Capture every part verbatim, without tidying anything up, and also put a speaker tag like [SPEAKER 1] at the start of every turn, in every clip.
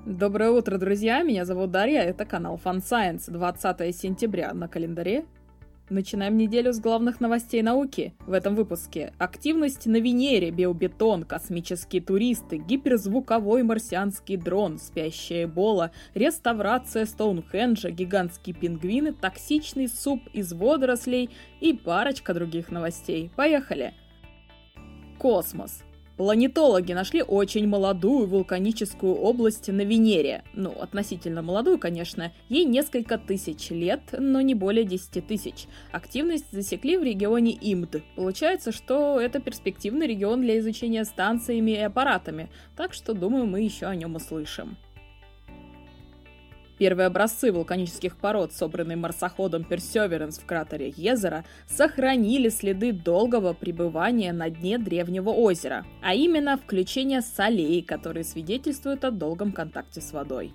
[SPEAKER 1] Доброе утро, друзья! Меня зовут Дарья, это канал Fun Science. двадцатое сентября на календаре. Начинаем неделю с главных новостей науки. В этом выпуске активность на Венере, биобетон, космические туристы, гиперзвуковой марсианский дрон, спящая Эбола, реставрация Стоунхенджа, гигантские пингвины, токсичный суп из водорослей и парочка других новостей. Поехали! Космос. Планетологи нашли очень молодую вулканическую область на Венере. Ну, относительно молодую, конечно. Ей несколько тысяч лет, но не более десяти тысяч. Активность засекли в регионе Имд. Получается, что это перспективный регион для изучения станциями и аппаратами. Так что, думаю, мы еще о нем услышим. Первые образцы вулканических пород, собранные марсоходом Perseverance в кратере Йезера, сохранили следы долгого пребывания на дне древнего озера, а именно включение солей, которые свидетельствуют о долгом контакте с водой.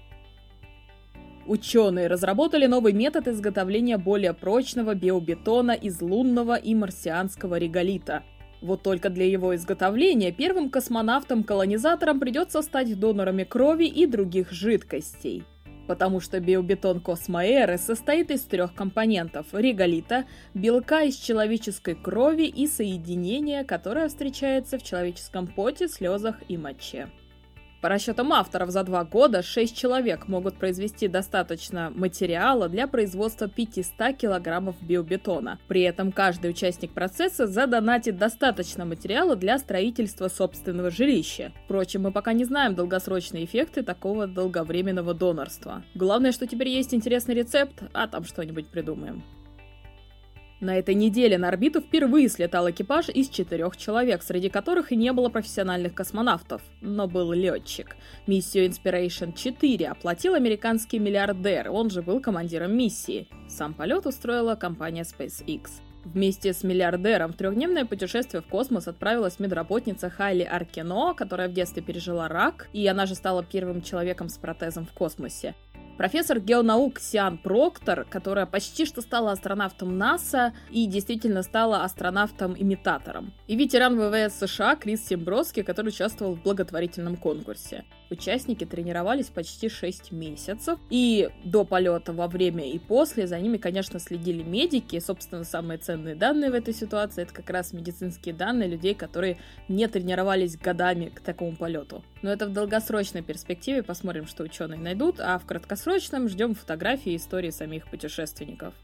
[SPEAKER 1] Ученые разработали новый метод изготовления более прочного биобетона из лунного и марсианского реголита. Вот только для его изготовления первым космонавтам-колонизаторам придется стать донорами крови и других жидкостей. Потому что биобетон Космоэры состоит из трех компонентов – реголита, белка из человеческой крови и соединения, которое встречается в человеческом поте, слезах и моче. По расчетам авторов, за два года шесть человек могут произвести достаточно материала для производства пятисот килограммов биобетона. При этом каждый участник процесса задонатит достаточно материала для строительства собственного жилища. Впрочем, мы пока не знаем долгосрочные эффекты такого долговременного донорства. Главное, что теперь есть интересный рецепт, а там что-нибудь придумаем. На этой неделе на орбиту впервые слетал экипаж из четырех человек, среди которых и не было профессиональных космонавтов, но был летчик. Миссию Inspiration четыре оплатил американский миллиардер, он же был командиром миссии. Сам полет устроила компания SpaceX. Вместе с миллиардером в трехдневное путешествие в космос отправилась медработница Хайли Аркино, которая в детстве пережила рак, и она же стала первым человеком с протезом в космосе. Профессор геонаук Сиан Проктор, которая почти что стала астронавтом НАСА и действительно стала астронавтом-имитатором. И ветеран ВВС США Крис Симброски, который участвовал в благотворительном конкурсе. Участники тренировались почти шесть месяцев, и до полета, во время и после за ними, конечно, следили медики. И, собственно, самые ценные данные в этой ситуации — это как раз медицинские данные людей, которые не тренировались годами к такому полету. Но это в долгосрочной перспективе, посмотрим, что ученые найдут, а в краткосрочном ждем фотографии и истории самих путешественников.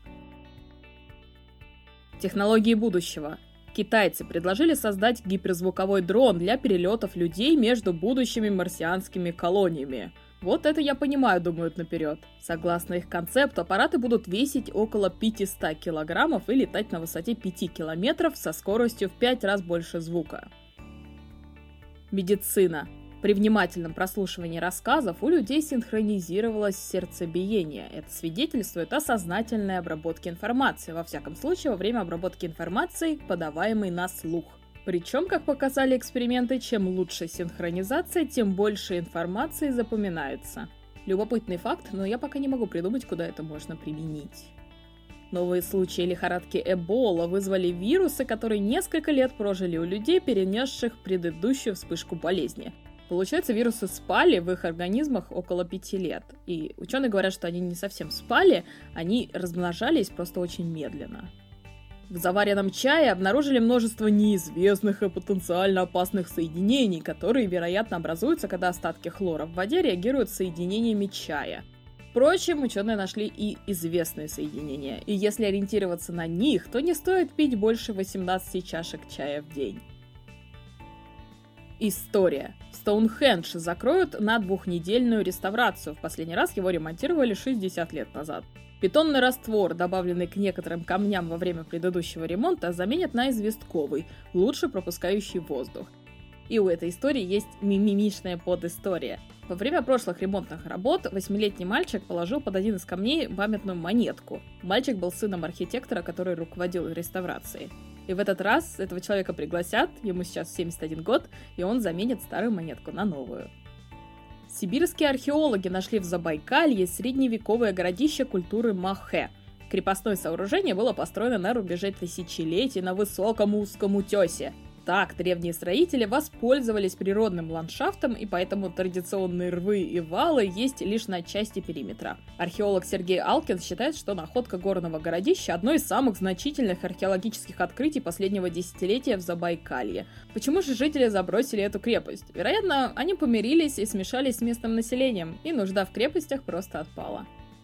[SPEAKER 1] Технологии будущего. Китайцы предложили создать гиперзвуковой дрон для перелетов людей между будущими марсианскими колониями. Вот это я понимаю, думают наперед. Согласно их концепту, аппараты будут весить около пятисот килограммов и летать на высоте пяти километров со скоростью в пять раз больше звука. Медицина. При внимательном прослушивании рассказов у людей синхронизировалось сердцебиение. Это свидетельствует о сознательной обработке информации, во всяком случае, во время обработки информации, подаваемой на слух. Причем, как показали эксперименты, чем лучше синхронизация, тем больше информации запоминается. Любопытный факт, но я пока не могу придумать, куда это можно применить. Новые случаи лихорадки Эбола вызвали вирусы, которые несколько лет прожили у людей, перенесших предыдущую вспышку болезни. Получается, вирусы спали в их организмах около пяти лет. И ученые говорят, что они не совсем спали, они размножались просто очень медленно. В заваренном чае обнаружили множество неизвестных и потенциально опасных соединений, которые, вероятно, образуются, когда остатки хлора в воде реагируют с соединениями чая. Впрочем, ученые нашли и известные соединения, и если ориентироваться на них, то не стоит пить больше восемнадцати чашек чая в день. История. Стоунхендж закроют на двухнедельную реставрацию. В последний раз его ремонтировали шестьдесят лет назад. Бетонный раствор, добавленный к некоторым камням во время предыдущего ремонта, заменят на известковый, лучше пропускающий воздух. И у этой истории есть мимимишная подистория. Во время прошлых ремонтных работ восьмилетний мальчик положил под один из камней памятную монетку. Мальчик был сыном архитектора, который руководил реставрацией. И в этот раз этого человека пригласят, ему сейчас семьдесят один год, и он заменит старую монетку на новую. Сибирские археологи нашли в Забайкалье средневековое городище культуры Махэ. Крепостное сооружение было построено на рубеже тысячелетий на высоком узком утесе. Так, древние строители воспользовались природным ландшафтом, и поэтому традиционные рвы и валы есть лишь на части периметра. Археолог Сергей Алкин считает, что находка горного городища – одно из самых значительных археологических открытий последнего десятилетия в Забайкалье. Почему же жители забросили эту крепость? Вероятно, они помирились и смешались с местным населением, и нужда в крепостях просто отпала.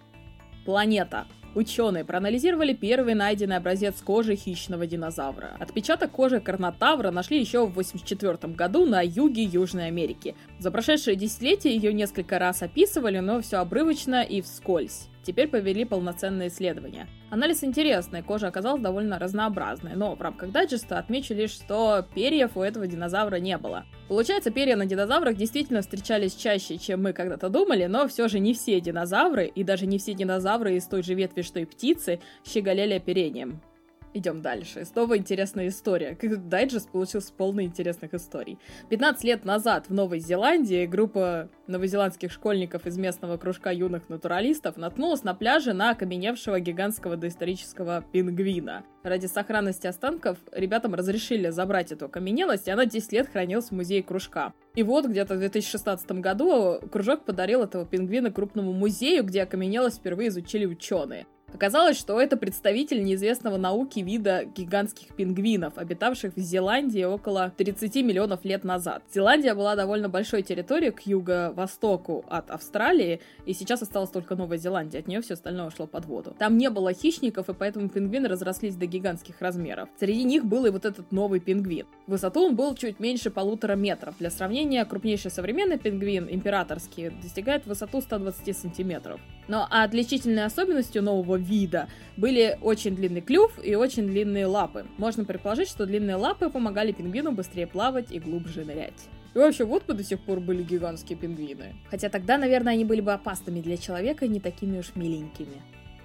[SPEAKER 1] Планета. Ученые проанализировали первый найденный образец кожи хищного динозавра. Отпечаток кожи карнотавра нашли еще в восемьдесят четвёртом году на юге Южной Америки. За прошедшие десятилетия ее несколько раз описывали, но все обрывочно и вскользь. Теперь повели полноценные исследования. Анализ интересный, кожа оказалась довольно разнообразной, но в рамках дайджеста отмечу лишь, что перьев у этого динозавра не было. Получается, перья на динозаврах действительно встречались чаще, чем мы когда-то думали, но все же не все динозавры, и даже не все динозавры из той же ветви, что и птицы, щеголяли оперением. Идем дальше. Снова интересная история. Как дайджест получился полный интересных историй. пятнадцать лет назад в Новой Зеландии группа новозеландских школьников из местного кружка юных натуралистов наткнулась на пляже на окаменевшего гигантского доисторического пингвина. Ради сохранности останков ребятам разрешили забрать эту окаменелость, и она десять лет хранилась в музее кружка. И вот где-то в две тысячи шестнадцатом году кружок подарил этого пингвина крупному музею, где окаменелость впервые изучили ученые. Оказалось, что это представитель неизвестного науке вида гигантских пингвинов, обитавших в Зеландии около тридцати миллионов лет назад. Зеландия была довольно большой территорией к юго-востоку от Австралии, и сейчас осталась только Новая Зеландия, от нее все остальное ушло под воду. Там не было хищников, и поэтому пингвины разрослись до гигантских размеров. Среди них был и вот этот новый пингвин. В высоту он был чуть меньше полутора метров. Для сравнения, крупнейший современный пингвин, императорский, достигает высоту ста двадцати сантиметров. Но отличительной особенностью нового вида были очень длинный клюв и очень длинные лапы. Можно предположить, что длинные лапы помогали пингвину быстрее плавать и глубже нырять. И вообще, вот бы до сих пор были гигантские пингвины. Хотя тогда, наверное, они были бы опасными для человека, не такими уж миленькими.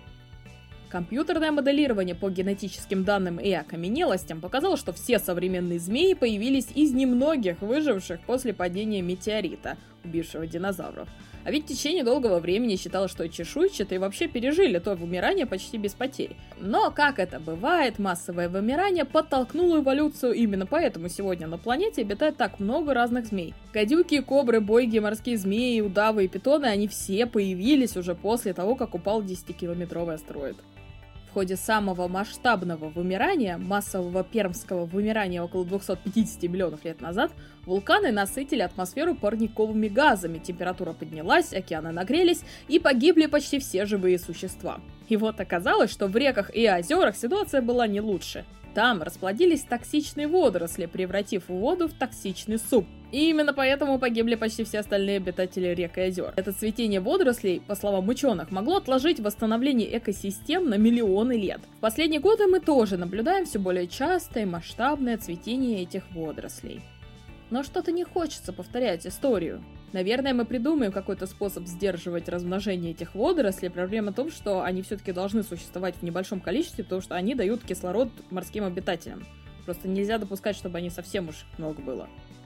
[SPEAKER 1] Компьютерное моделирование по генетическим данным и окаменелостям показало, что все современные змеи появились из немногих выживших после падения метеорита, убившего динозавров. А ведь в течение долгого времени считалось, что чешуйчатые вообще пережили то вымирание почти без потерь. Но, как это бывает, массовое вымирание подтолкнуло эволюцию, именно поэтому сегодня на планете обитает так много разных змей. Гадюки, кобры, бойги, морские змеи, удавы и питоны, они все появились уже после того, как упал десятикилометровый астероид. В ходе самого масштабного вымирания, массового пермского вымирания около двухсот пятидесяти миллионов лет назад, вулканы насытили атмосферу парниковыми газами, температура поднялась, океаны нагрелись, и погибли почти все живые существа. И вот оказалось, что в реках и озерах ситуация была не лучше. Там расплодились токсичные водоросли, превратив воду в токсичный суп. И именно поэтому погибли почти все остальные обитатели рек и озер. Это цветение водорослей, по словам ученых, могло отложить восстановление экосистем на миллионы лет. В последние годы мы тоже наблюдаем все более частое и масштабное цветение этих водорослей. Но что-то не хочется повторять историю. Наверное, мы придумаем какой-то способ сдерживать размножение этих водорослей. Проблема в том, что они все-таки должны существовать в небольшом количестве, потому что они дают кислород морским обитателям. Просто нельзя допускать, чтобы они совсем уж много было.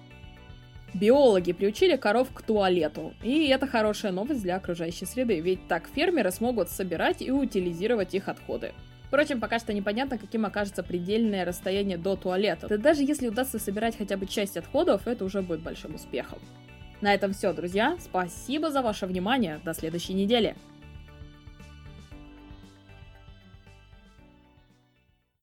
[SPEAKER 1] Биологи приучили коров к туалету. И это хорошая новость для окружающей среды, ведь так фермеры смогут собирать и утилизировать их отходы. Впрочем, пока что непонятно, каким окажется предельное расстояние до туалета. Да даже если удастся собирать хотя бы часть отходов, это уже будет большим успехом. На этом все, друзья. Спасибо за ваше внимание. До следующей недели.